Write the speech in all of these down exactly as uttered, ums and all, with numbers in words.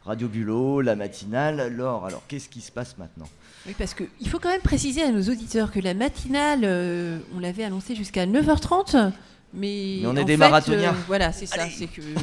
Radio Bulot, la matinale. Laure, alors qu'est-ce qui se passe maintenant ? Oui, parce qu'il faut quand même préciser à nos auditeurs que la matinale, euh, on l'avait annoncée jusqu'à neuf heures trente, mais, mais on est en des fait, marathoniens. Euh, voilà, c'est ça, Allez. c'est que...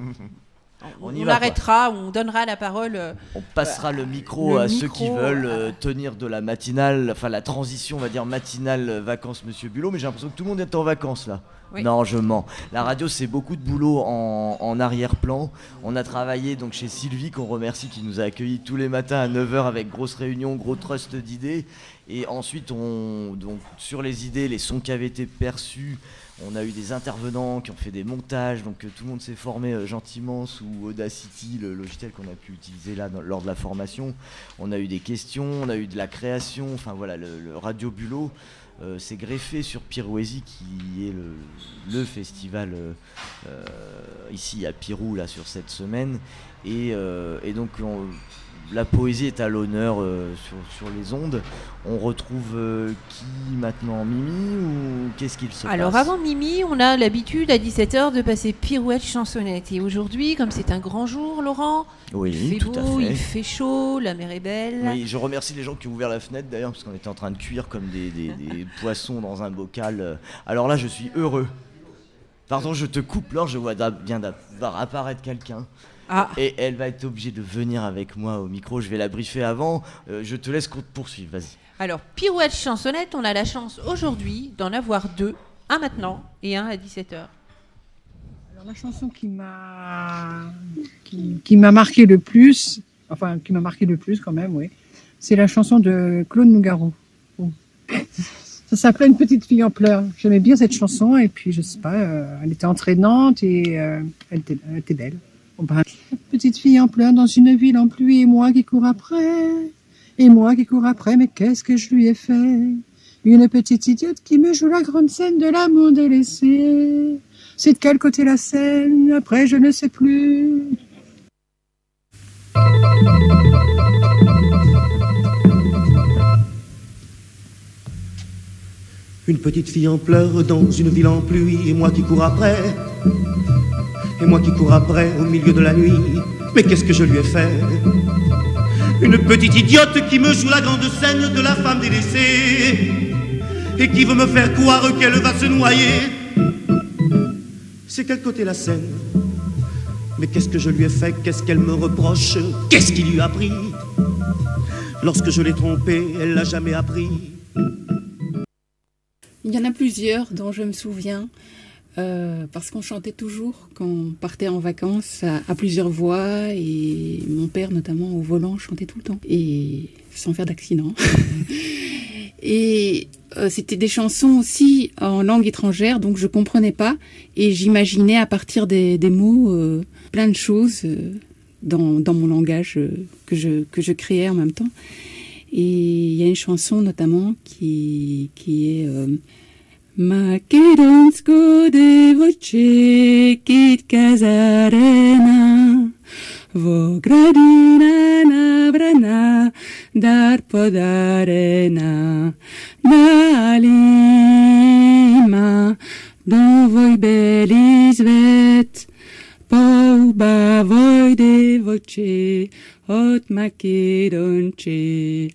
On, on va, arrêtera, quoi. On donnera la parole. Euh, on passera euh, le micro le à micro, ceux qui veulent euh, euh, tenir de la matinale, enfin la transition, on va dire matinale, euh, vacances Monsieur Bulot, mais j'ai l'impression que tout le monde est en vacances là. Oui. Non, je mens. La radio, c'est beaucoup de boulot en, en arrière-plan. On a travaillé donc chez Sylvie, qu'on remercie, qui nous a accueillis tous les matins à neuf heures avec grosse réunion, gros trust d'idées. Et ensuite, on, donc, sur les idées, les sons qui avaient été perçus, on a eu des intervenants qui ont fait des montages, donc euh, tout le monde s'est formé euh, gentiment sous Audacity, le logiciel qu'on a pu utiliser là dans, lors de la formation. On a eu des questions, on a eu de la création, enfin voilà, le, le Radio Bulot euh, s'est greffé sur Pirouésie, qui est le, le festival euh, euh, ici à Pirou là sur cette semaine, et, euh, et donc on, la poésie est à l'honneur euh, sur, sur les ondes. On retrouve euh, qui maintenant, Mimi, ou qu'est-ce qu'il se passe ? Alors avant Mimi, on a l'habitude à dix-sept heures de passer Pirouette Chansonnette. Et aujourd'hui, comme c'est un grand jour, Laurent, oui, il fait tout beau, à fait. il fait chaud, la mer est belle. Oui, je remercie les gens qui ont ouvert la fenêtre d'ailleurs, parce qu'on était en train de cuire comme des, des, des poissons dans un bocal. Alors là, je suis heureux. Pardon, je te coupe, Laure, je vois bien d'avoir apparaître quelqu'un. Ah. Et elle va être obligée de venir avec moi au micro. Je vais la briefer avant. Euh, je te laisse poursuivre. Vas-y. Alors, Pirouette Chansonnette, on a la chance aujourd'hui d'en avoir deux. Un maintenant et un à dix-sept heures. Alors, la chanson qui m'a, qui, qui m'a marqué le plus, enfin, qui m'a marqué le plus quand même, oui, c'est la chanson de Claude Nougaro. Oh. Ça s'appelait Une petite fille en pleurs. J'aimais bien cette chanson et puis, je sais pas, euh, elle était entraînante et euh, elle, était, elle était belle. Petite fille en pleurs dans une ville en pluie et moi qui cours après, et moi qui cours après, mais qu'est-ce que je lui ai fait ? Une petite idiote qui me joue la grande scène de l'amour délaissé. C'est de quel côté la scène ? Après je ne sais plus. Une petite fille en pleurs dans une ville en pluie et moi qui cours après. Et moi qui cours après au milieu de la nuit, mais qu'est-ce que je lui ai fait ? Une petite idiote qui me joue la grande scène de la femme délaissée et qui veut me faire croire qu'elle va se noyer. C'est quel côté la scène ? Mais qu'est-ce que je lui ai fait ? Qu'est-ce qu'elle me reproche ? Qu'est-ce qui lui a pris ? Lorsque je l'ai trompée, elle l'a jamais appris. Il y en a plusieurs dont je me souviens. Euh, parce qu'on chantait toujours quand on partait en vacances à, à plusieurs voix et mon père notamment au volant chantait tout le temps et sans faire d'accident. Et euh, c'était des chansons aussi en langue étrangère donc je comprenais pas et j'imaginais à partir des, des mots euh, plein de choses euh, dans, dans mon langage euh, que je que je créais en même temps. Et il y a une chanson notamment qui qui est euh, Makedonsko devoce kit kazarena Vogradina nabrana dar podarena Nalima don voj belizvet Pouba voj devoce Ot Makedonce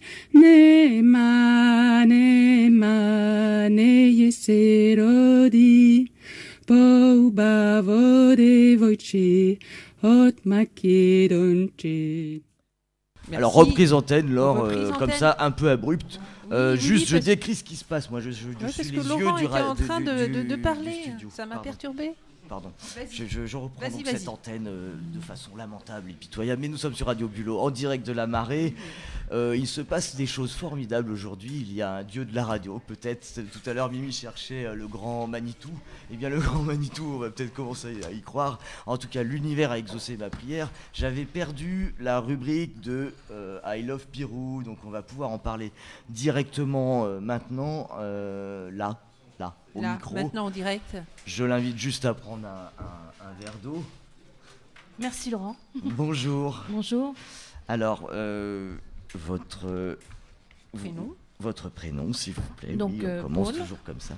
Nema, nema, ne yeserodi Pouba voj devoce Ot Makedonce. Alors reprise antenne, Laure, reprise euh, antenne. comme ça, un peu abrupte. Euh, Oui, oui, juste, je parce... décris ce qui se passe. Moi, je, je, je ouais, suis parce les que yeux Laurent du était en train du, de, du, de, de parler. studio. Ça m'a Pardon. perturbé. Pardon. Vas-y. Je, je, je reprends Vas-y, donc vas-y. cette antenne euh, de façon lamentable et pitoyable. Mais nous sommes sur Radio Bulot, en direct de la marée. Euh, il se passe des choses formidables aujourd'hui. Il y a un dieu de la radio, peut-être. Tout à l'heure, Mimi cherchait euh, le grand Manitou. Eh bien, le grand Manitou, on va peut-être commencer à y croire. En tout cas, l'univers a exaucé ma prière. J'avais perdu la rubrique de euh, I Love Pirou, donc on va pouvoir en parler directement euh, maintenant, euh, là. Là, au Là, micro. maintenant en direct. Je l'invite juste à prendre un, un, un verre d'eau. Merci Laurent. Bonjour. Bonjour. Alors, euh, votre Prénom. Votre prénom, s'il vous plaît. Donc, oui, on euh, commence Paul. toujours comme ça.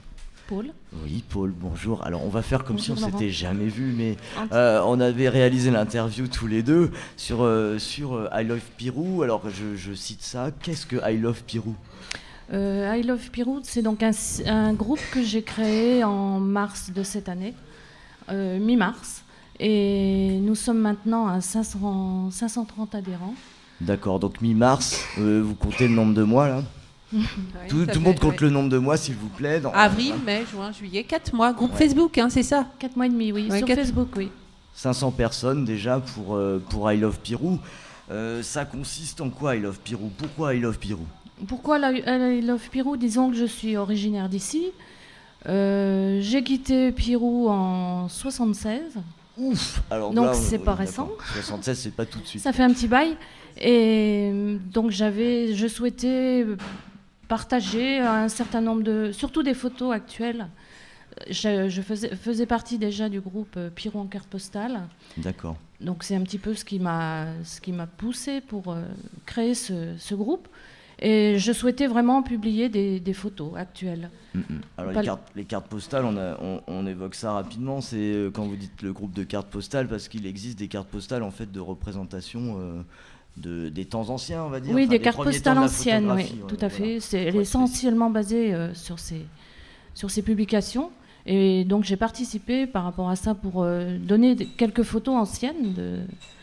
Paul. Oui, Paul, bonjour. Alors, on va faire comme Bonjour, si on Laurent. s'était jamais vu, mais euh, on avait réalisé l'interview tous les deux sur, euh, sur euh, I Love Pirou. Alors, je, je cite ça. Qu'est-ce que I Love Pirou ? Euh, I Love Pirou, c'est donc un, un groupe que j'ai créé en mars de cette année, euh, mi-mars. Et nous sommes maintenant à cinq cents, cinq cent trente adhérents. D'accord, donc mi-mars, euh, vous comptez le nombre de mois là ? Ouais, Tout, ça tout le monde fait- compte ouais. le nombre de mois, s'il vous plaît. Dans, Avril, voilà. mai, juin, juillet, quatre mois. Groupe Ouais. Facebook, hein, c'est ça. Quatre mois et demi, oui, Ouais, sur quatre- Facebook, oui. cinq cents personnes déjà pour, euh, pour I Love Pirou. Euh, ça consiste en quoi I Love Pirou ? Pourquoi I Love Pirou ? Pourquoi la- I Love Pirou ? Disons que je suis originaire d'ici. Euh, j'ai quitté Pirou en soixante-seize. Ouf. Alors Donc, là, on- c'est oui, pas d'accord. récent. soixante-seize, c'est pas tout de suite. Ça fait un petit bail. Et euh, donc, j'avais, je souhaitais partager un certain nombre de... Surtout des photos actuelles. Je, je faisais, faisais partie déjà du groupe euh, Pirou en carte postale. D'accord. Donc, c'est un petit peu ce qui m'a, ce qui m'a poussé pour euh, créer ce, ce groupe. Et je souhaitais vraiment publier des, des photos actuelles. Mm, mm. Alors Pas les le- cartes, les cartes postales, on, a- on- on évoque ça rapidement. C'est euh, quand vous dites le groupe de cartes postales, parce qu'il existe des cartes postales en fait de représentation euh, de, des temps anciens, on va dire. Oui, Enfin, des des cartes premiers postales temps de la anciennes, oui, photographie, tout ouais, à voilà. fait. C'est, elle Faut est être précis. essentiellement basée euh, sur, ces, sur ces publications. Et donc j'ai participé par rapport à ça pour euh, donner des- quelques photos anciennes. De...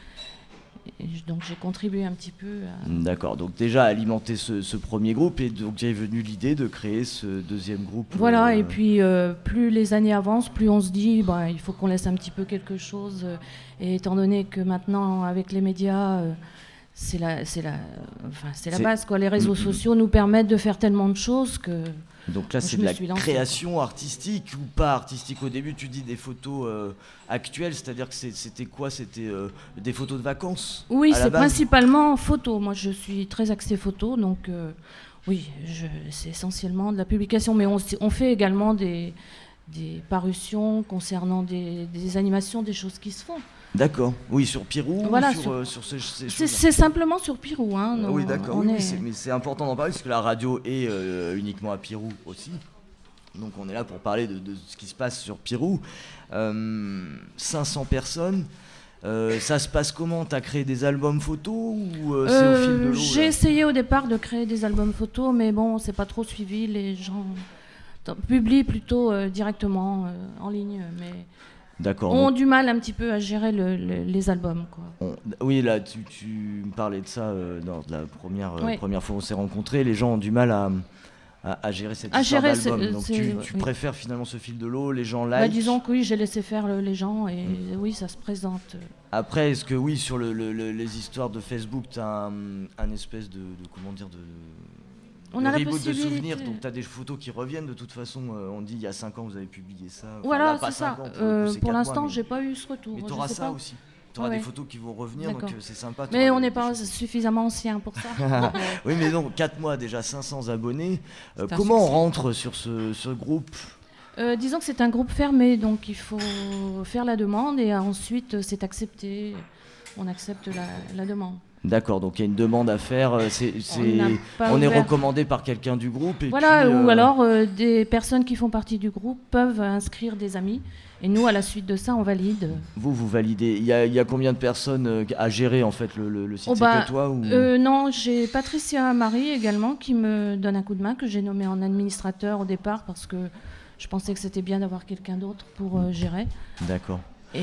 Et je- donc j'ai contribué un petit peu à... D'accord. Donc déjà alimenter ce, ce premier groupe et donc est venue l'idée de créer ce deuxième groupe. Voilà, euh, et puis euh, plus les années avancent, plus on se dit bah, il faut qu'on laisse un petit peu quelque chose. euh, et étant donné que maintenant, avec les médias, euh, c'est la, c'est la, enfin, c'est la C'est- base. Quoi. Les réseaux Mm, mm. sociaux nous permettent de faire tellement de choses que... Donc là, Je c'est me de la suis lancée, création artistique ou pas artistique. Au début, tu dis des photos euh, actuelles, c'est-à-dire que c'est- c'était quoi ? C'était euh, des photos de vacances ? Oui, à la c'est base principalement photo. Moi, je suis très axée photo, donc euh, oui, je, c'est essentiellement de la publication. Mais on, s- on fait également des, des parutions concernant des, des animations, des choses qui se font. D'accord. Oui, sur Pirou Voilà, ou sur, sur- euh, sur ces, ces C'est, choses-là. c'est simplement sur Pirou. Hein, Ah non, oui, d'accord. on Oui, oui, est- c'est- mais c'est important d'en parler parce que la radio est euh, uniquement à Pirou aussi. Donc on est là pour parler de, de ce qui se passe sur Pirou. Euh, cinq cents personnes. Euh, ça se passe comment ? T'as créé des albums photos ou euh, c'est au fil de Euh, l'eau J'ai là essayé au départ de créer des albums photos, mais bon, c'est pas trop suivi. Les gens t- publient plutôt euh, directement euh, en ligne, mais D'accord. ont donc du mal un petit peu à gérer le- le- les albums, quoi. on- oui, là, tu, tu me parlais de ça euh, dans la première, euh, Oui. première fois où on s'est rencontrés. Les gens ont du mal à, à, à gérer cette À histoire gérer, d'album. c'est- Donc c'est- tu, tu oui. préfères finalement ce fil de l'eau, les gens Bah, like. disons que oui, j'ai laissé faire le- les gens et oui, ça se présente. Après, est-ce que oui, sur le, le- le- les histoires de Facebook, tu as un, un espèce de, de- comment dire, de, On de a la reboot de possibilité. souvenirs, donc tu as des photos qui reviennent de toute façon, euh, on dit il y a cinq ans vous avez publié ça. Enfin, Voilà, là, pas c'est ça. cinq ans, pour, le coup, Euh, c'est pour quatre l'instant, mois, mais- j'ai pas eu ce retour. Mais je tu auras sais ça pas. aussi. Tu auras Ouais, des ouais. photos qui vont revenir, donc D'accord. euh, c'est sympa. Mais t'auras on des- n'est des pas choses. suffisamment ancien pour ça. Oui, mais donc quatre mois déjà, cinq cents abonnés. Euh, C'est un comment on succès. rentre sur ce, ce groupe ? Euh, disons que c'est un groupe fermé, donc il faut faire la demande et ensuite euh, c'est accepté. On accepte la, la demande. D'accord, donc il y a une demande à faire. euh, C'est, c'est- n'a pas on est ouvert. recommandé par quelqu'un du groupe. Et Voilà, puis, ou euh, alors euh, des personnes qui font partie du groupe peuvent inscrire des amis. Et nous, à la suite de ça, on valide. Vous, vous validez. Il y a, il y a combien de personnes euh, à gérer en fait le, le- le site ? Oh, C'est bah, que toi ou... Euh, non, j'ai Patricia Marie également qui me donne un coup de main, que j'ai nommé en administrateur au départ parce que je pensais que c'était bien d'avoir quelqu'un d'autre pour euh, gérer. D'accord.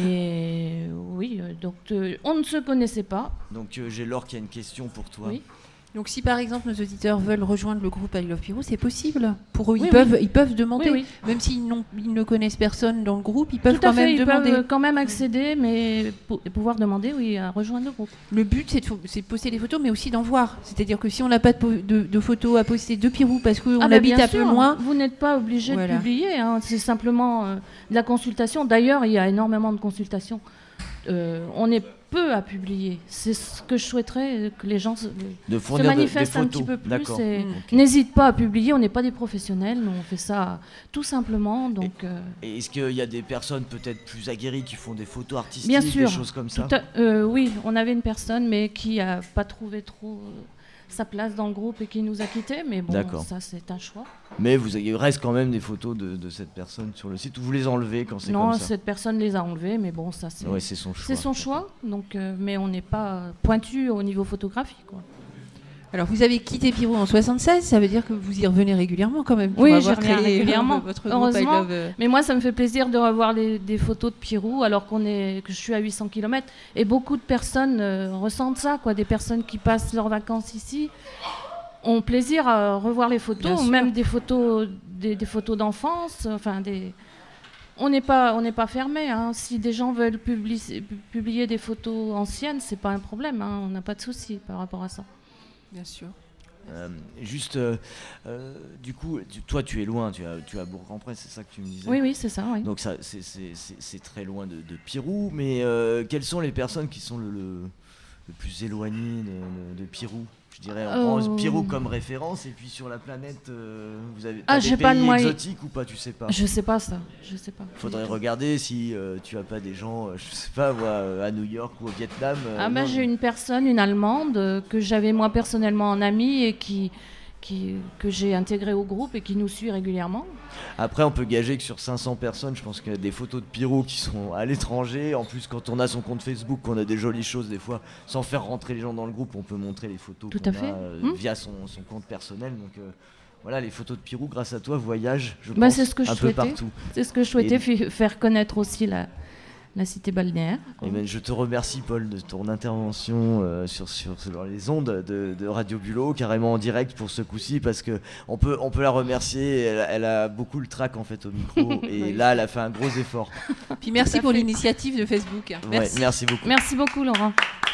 Et oui, euh, donc euh, on ne se connaissait pas. Donc euh, j'ai Laure qui a une question pour toi. Oui. Donc si par exemple nos auditeurs veulent rejoindre le groupe I Love Pirou, c'est possible. Pour eux, ils, Oui, peuvent, ils peuvent demander. Oui, oui. Même s'ils n'ont- ils ne connaissent personne dans le groupe, ils peuvent Tout à quand fait, même ils demander. peuvent quand même accéder, mais pour pouvoir demander, oui, à rejoindre le groupe. Le but, c'est de, fo- c'est de poster des photos, mais aussi d'en voir. C'est-à-dire que si on n'a pas de, po- de- de photos à poster de Pirou parce qu'on Ah bah, habite bien un peu sûr, loin, vous n'êtes pas obligé Voilà. de publier, hein, c'est simplement euh, de la consultation. D'ailleurs, il y a énormément de consultations. Euh, on est peu à publier. C'est ce que je souhaiterais, euh, que les gens se, De se fournir de- des manifestent un photos. petit peu plus. D'accord. et Mm. N'hésite pas à publier, on n'est pas des professionnels, nous on fait ça tout simplement. Donc, euh, Et est-ce qu'il y a des personnes peut-être plus aguerries qui font des photos artistiques, Bien sûr. des choses comme ça ? tout à- euh, oui, on avait une personne, mais qui n'a pas trouvé trop euh, sa place dans le groupe et qui nous a quittés, mais bon, D'accord. ça c'est un choix. Mais vous, il reste quand même des photos de, de cette personne sur le site, ou vous les enlevez quand c'est Non, comme ça? cette personne les a enlevées, mais bon, ça c'est, Ouais, c'est son choix. c'est son choix, donc, euh, mais on n'est pas pointu au niveau photographique, quoi. Alors, vous avez quitté Pirou en soixante-seize, ça veut dire que vous y revenez régulièrement quand même pour Oui, avoir j'y reviens créé régulièrement, votre groupe I heureusement. Love, euh, Mais moi, ça me fait plaisir de revoir les, des photos de Pirou, alors qu'on est, que je suis à huit cents kilomètres. Et beaucoup de personnes euh, ressentent ça, quoi. Des personnes qui passent leurs vacances ici ont plaisir à revoir les photos, Bien ou sûr. même des photos, des, des photos d'enfance. Enfin, des... On n'est pas, on n'est pas fermé. Hein. Si des gens veulent publier, publier des photos anciennes, c'est pas un problème. Hein. On n'a pas de souci par rapport à ça. Bien sûr. Euh, juste, euh, euh, du coup, tu- toi tu es loin, tu as, tu as Bourg-en-Bresse, c'est ça que tu me disais? Oui, oui, c'est ça. Oui. Donc ça, c'est, c'est, c'est, c'est très loin de, de Pirou, mais euh, quelles sont les personnes qui sont le, le, le plus éloignées de, de, de Pirou? Je dirais, on prend Euh, Pirou comme référence, et puis sur la planète, euh, vous avez Ah, t'as j'ai des pas de pays moyen- exotiques ou pas? Tu sais pas. Je sais pas ça. Je sais pas. Faudrait regarder si euh, tu as pas des gens, euh, je sais pas, moi, euh, à New York ou au Vietnam. euh, Ah ben non, j'ai une personne, une Allemande, euh, que j'avais moi personnellement en amie et qui, qui, que j'ai intégrée au groupe et qui nous suit régulièrement. Après, on peut gager que sur cinq cents personnes, je pense qu'il y a des photos de Pirou qui sont à l'étranger. En plus, quand on a son compte Facebook, on a des jolies choses des fois, sans faire rentrer les gens dans le groupe, on peut montrer les photos Tout qu'on à fait. a euh, Mmh. via son, son compte personnel. Donc euh, voilà, les photos de Pirou, grâce à toi, voyagent, je Bah, pense, c'est ce que je un peu souhaitais. partout. C'est ce que je souhaitais, Et- fi- faire connaître aussi la, la cité balnéaire. Et ben, je te remercie, Paul, de ton intervention euh, sur, sur, sur les ondes de, de Radio Bulot, carrément en direct pour ce coup-ci, parce que on peut, on peut la remercier. Elle, elle a beaucoup le trac en fait au micro, et Oui. là, elle a fait un gros effort. Puis merci Tout à pour fait. l'initiative de Facebook. Ouais, Merci. merci beaucoup. Merci beaucoup Laurent.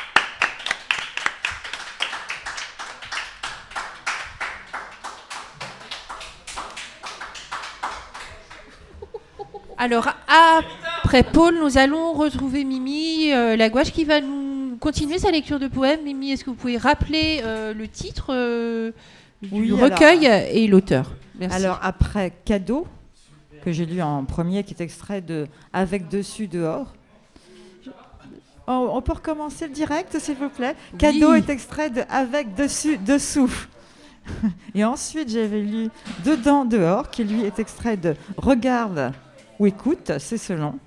Alors, après Paul, nous allons retrouver Mimi euh, Lagouache qui va nous continuer sa lecture de poèmes. Mimi, est-ce que vous pouvez rappeler euh, le titre euh, du Oui, recueil alors- et l'auteur? Merci. Alors après Cadeau, que j'ai lu en premier, qui est extrait de Avec dessus dehors. Oh, on peut recommencer le direct, s'il vous plaît. Oui. Cadeau est extrait de Avec dessus dessous. Et ensuite, j'avais lu Dedans dehors, qui lui est extrait de Regarde ou écoute, c'est selon.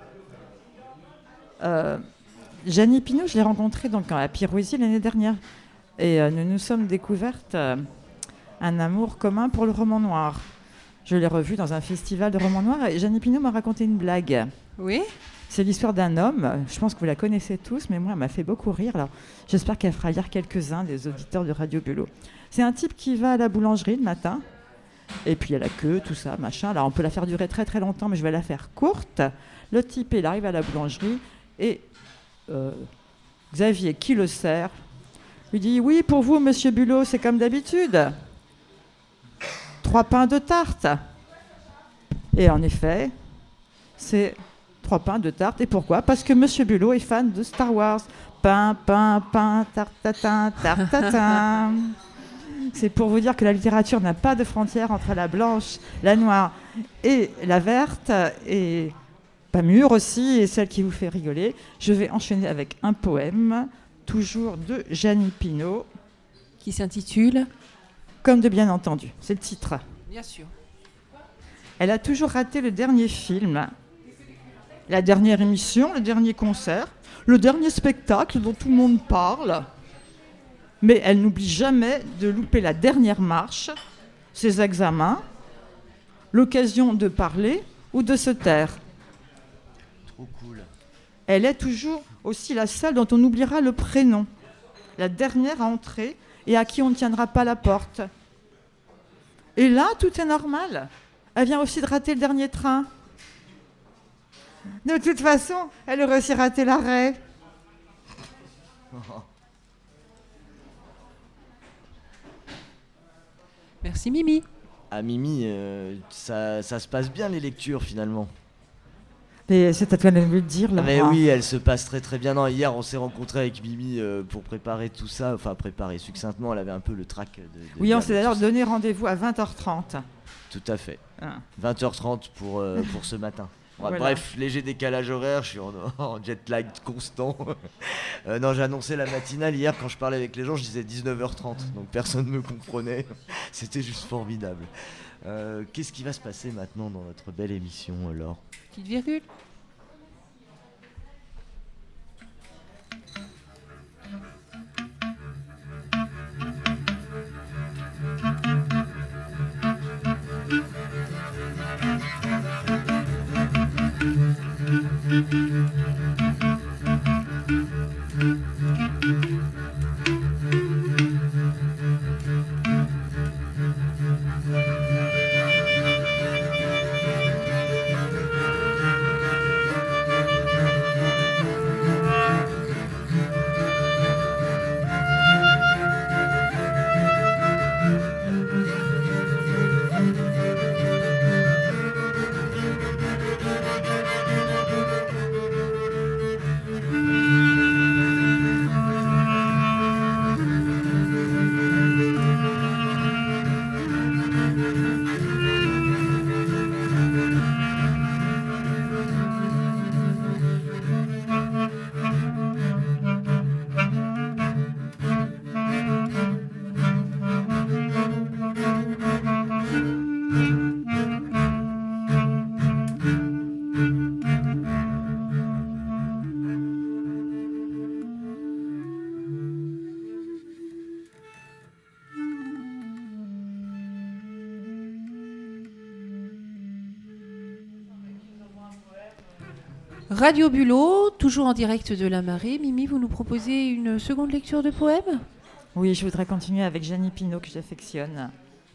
Euh, Jeannie Pinault, je l'ai rencontrée donc à Pirouésie l'année dernière. Et euh, nous nous sommes découvertes euh, un amour commun pour le roman noir. Je l'ai revue dans un festival de roman noir et Jeannie Pinault m'a raconté une blague. Oui. C'est l'histoire d'un homme, je pense que vous la connaissez tous, mais moi, elle m'a fait beaucoup rire. Alors, j'espère qu'elle fera lire quelques-uns des auditeurs de Radio Bulot. C'est un type qui va à la boulangerie le matin, et puis il y a la queue, tout ça, machin. Alors, on peut la faire durer très très longtemps, mais je vais la faire courte. Le type, il arrive à la boulangerie, et euh, Xavier, qui le sert, lui dit « Oui, pour vous, monsieur Bulot, c'est comme d'habitude. Trois pains de tarte. » Et en effet, c'est... Trois pains de tarte. Et pourquoi? Parce que Monsieur Bulot est fan de Star Wars. Pain, pain, pain, tartatin, tartatin. C'est pour vous dire que la littérature n'a pas de frontière entre la blanche, la noire et la verte. Et pas mûre aussi, et celle qui vous fait rigoler. Je vais enchaîner avec un poème, toujours de Jeannie Pinault. Qui s'intitule Comme de bien entendu. C'est le titre. Bien sûr. Elle a toujours raté le dernier film, la dernière émission, le dernier concert, le dernier spectacle dont tout le monde parle. Mais elle n'oublie jamais de louper la dernière marche, ses examens, l'occasion de parler ou de se taire. Trop cool. Elle est toujours aussi la seule dont on oubliera le prénom, la dernière à entrer et à qui on ne tiendra pas la porte. Et là, tout est normal. Elle vient aussi de rater le dernier train. De toute façon, elle aurait aussi raté l'arrêt. Merci Mimi. Ah Mimi, euh, ça, ça se passe bien les lectures finalement. Mais c'est à toi de me le dire, Laura. Mais oui, elle se passe très très bien. Non, hier, on s'est rencontrés avec Mimi euh, pour préparer tout ça. Enfin, préparer succinctement, elle avait un peu le trac de... de Oui, dire on de s'est d'ailleurs tout ça. donné rendez-vous à vingt heures trente. Tout à fait. Ah. vingt heures trente pour, euh, pour ce matin. Voilà. Bref, léger décalage horaire, je suis en, en jet lag constant. euh, non, j'ai annoncé la matinale hier, quand je parlais avec les gens, je disais dix-neuf heures trente, donc personne ne me comprenait. C'était juste formidable. Euh, qu'est-ce qui va se passer maintenant dans notre belle émission, Laure ? Petite virgule. Radio Bulot, toujours en direct de la Marée. Mimi, vous nous proposez une seconde lecture de poème ? Oui, je voudrais continuer avec Jeannie Pinault, que j'affectionne.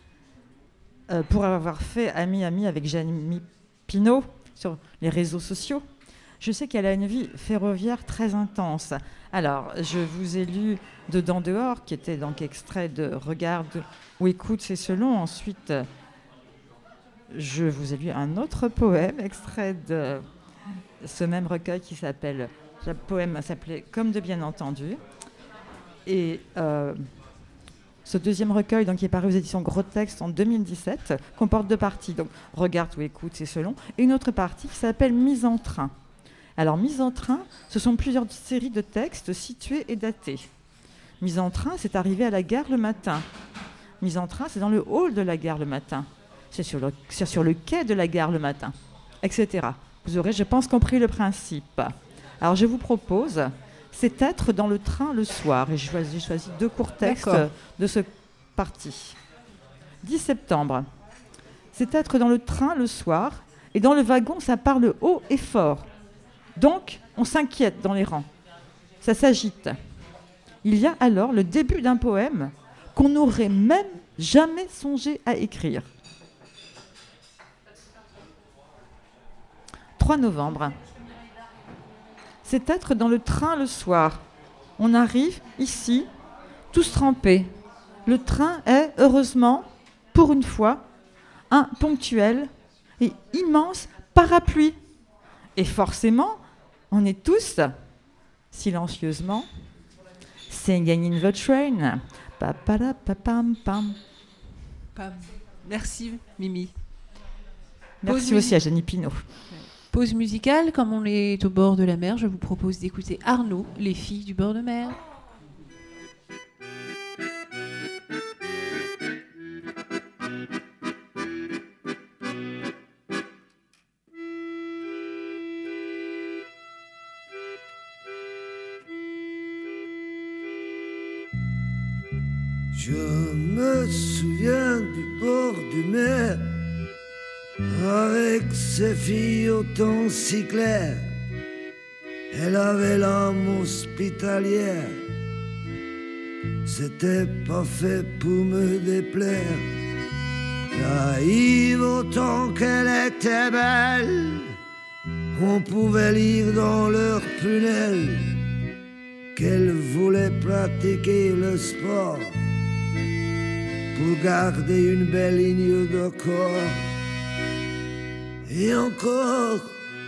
Euh, pour avoir fait ami-ami avec Jeannie Pinault sur les réseaux sociaux, je sais qu'elle a une vie ferroviaire très intense. Alors, je vous ai lu Dedans dehors, qui était donc extrait de Regarde ou écoute, c'est selon. Ensuite, je vous ai lu un autre poème, extrait de ce même recueil qui s'appelle, le poème s'appelait Comme de bien entendu. Et euh, ce deuxième recueil, donc, qui est paru aux éditions Gros Texte en deux mille dix-sept, comporte deux parties. Donc, Regarde ou écoute, c'est selon. Et une autre partie qui s'appelle Mise en train. Alors, Mise en train, ce sont plusieurs séries de textes situés et datés. Mise en train, c'est arrivé à la gare le matin. Mise en train, c'est dans le hall de la gare le matin. C'est sur le, c'est sur le quai de la gare le matin, et cetera. Vous aurez, je pense, compris le principe. Alors, je vous propose, c'est être dans le train le soir. Et j'ai choisi, choisi deux courts textes D'accord. de ce parti. dix septembre. C'est être dans le train le soir. Et dans le wagon, ça parle haut et fort. Donc, on s'inquiète dans les rangs. Ça s'agite. Il y a alors le début d'un poème qu'on n'aurait même jamais songé à écrire. trois novembre. C'est être dans le train le soir. On arrive ici, tous trempés. Le train est, heureusement, pour une fois, un ponctuel et immense parapluie. Et forcément, on est tous, silencieusement, singing in the train. Pa-pa-da-pa-pam-pam. Pam. Merci, Mimi. Merci Pause aussi à Jeannie Pinault. Pause musicale, comme on est au bord de la mer, je vous propose d'écouter Arnaud, Les filles du bord de mer. Je me souviens du bord de mer, avec ses filles au temps si clair. Elle avait l'âme hospitalière, c'était pas fait pour me déplaire. Naïve autant qu'elle était belle, on pouvait lire dans leurs prunelles qu'elle voulait pratiquer le sport pour garder une belle ligne de corps. Et encore,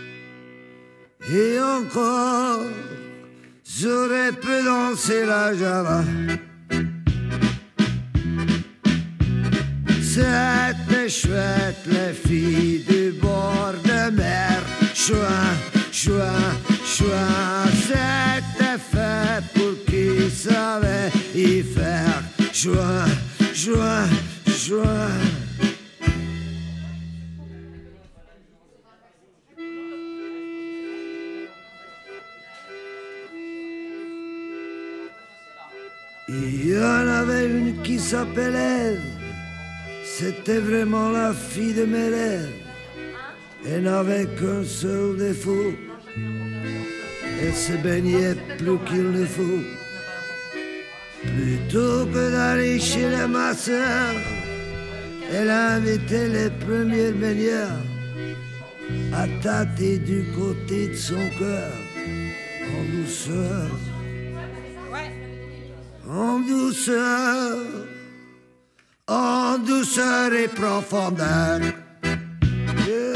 et encore, j'aurais pu danser la java. C'était chouette, les filles du bord de mer. juin, juin, juin, c'était fait pour qui savait y faire. Juin, juin, juin. Il y en avait une qui s'appelait Ève, c'était vraiment la fille de mes rêves. Elle n'avait qu'un seul défaut, elle se baignait plus qu'il ne faut. Plutôt que d'aller chez les masseurs, elle invitait les premières meilleures à tâter du côté de son cœur, en douceur. En douceur, en douceur et profondeur. Yeah.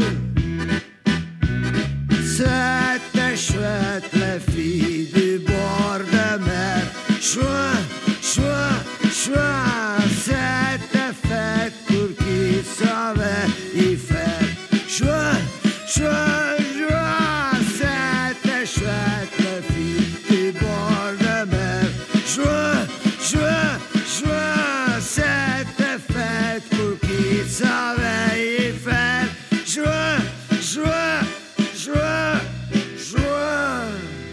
C'était chouette, les filles du bord de mer. Chouin, chouin, chouin, c'était fait pour qui savait y faire. Chouin, chouin, chouin, c'était chouette, les filles du bord de mer. Chouin, chouin, chouin, c'était fait pour qui savait y faire. Chouin, chouin, chouin, chouin.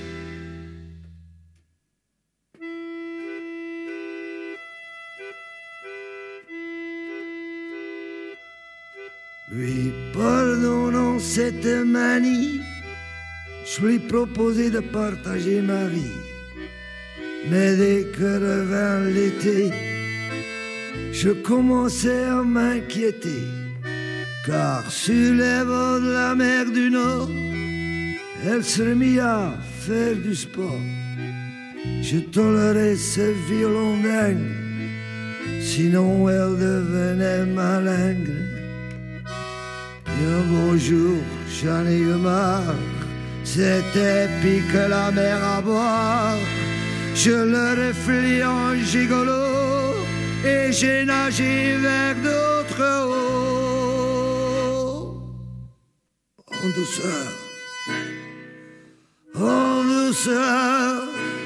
Lui pardonnant cette manie, je lui proposais de partager ma vie. Mais dès que revint l'été, je commençais à m'inquiéter, car sur les bords de la mer du Nord, elle se remit à faire du sport. Je tolérais ce violon dingue, sinon elle devenait malingre. Puis un beau jour, j'en ai eu marre, c'était pis que la mer à boire. Je le reflis en gigolo et j'ai nagé vers d'autres eaux. En douceur, en douceur.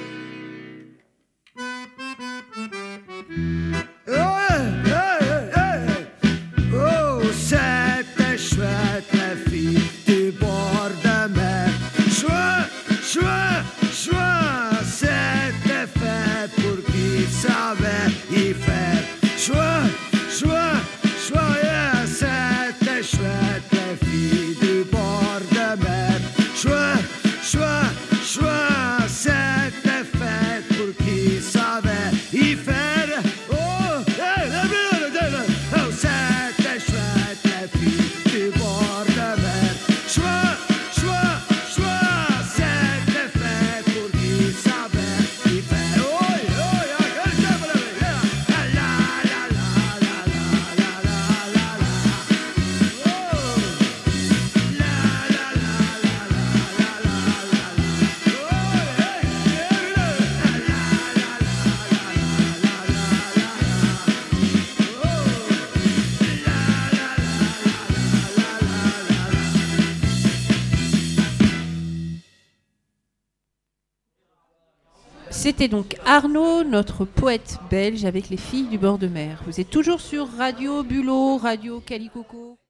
Ouais, hey, hey. Oh, c'était chouette, la fille du bord de mer. Chouette, chouette, chouette, c'était fait pour qui savait y faire. Chouette, chouette, chouette, yeah, c'était chouette, la fille du bord de mer. Chouette, chouette, chouette, c'était fait pour qui savait y faire. Oh, hey, la ville de la, oh, c'était chouette, la fille du bord de mer. Chouette, chouette, chouette, c'était fait pour qui savait y faire. Oh, oh, yeah, quel chef, yeah. La, la, la, la, la, la, la, la, la. Oh, la, la, la, la, la, la, la, la. Oh, hey, hey, la, la, la, la, la, la, la, la. Oh, la, la, la, la, la, la, la, la. C'était donc Arnaud, notre poète belge, avec les filles du bord de mer. Vous êtes toujours sur Radio Bulot, Radio Calicoco.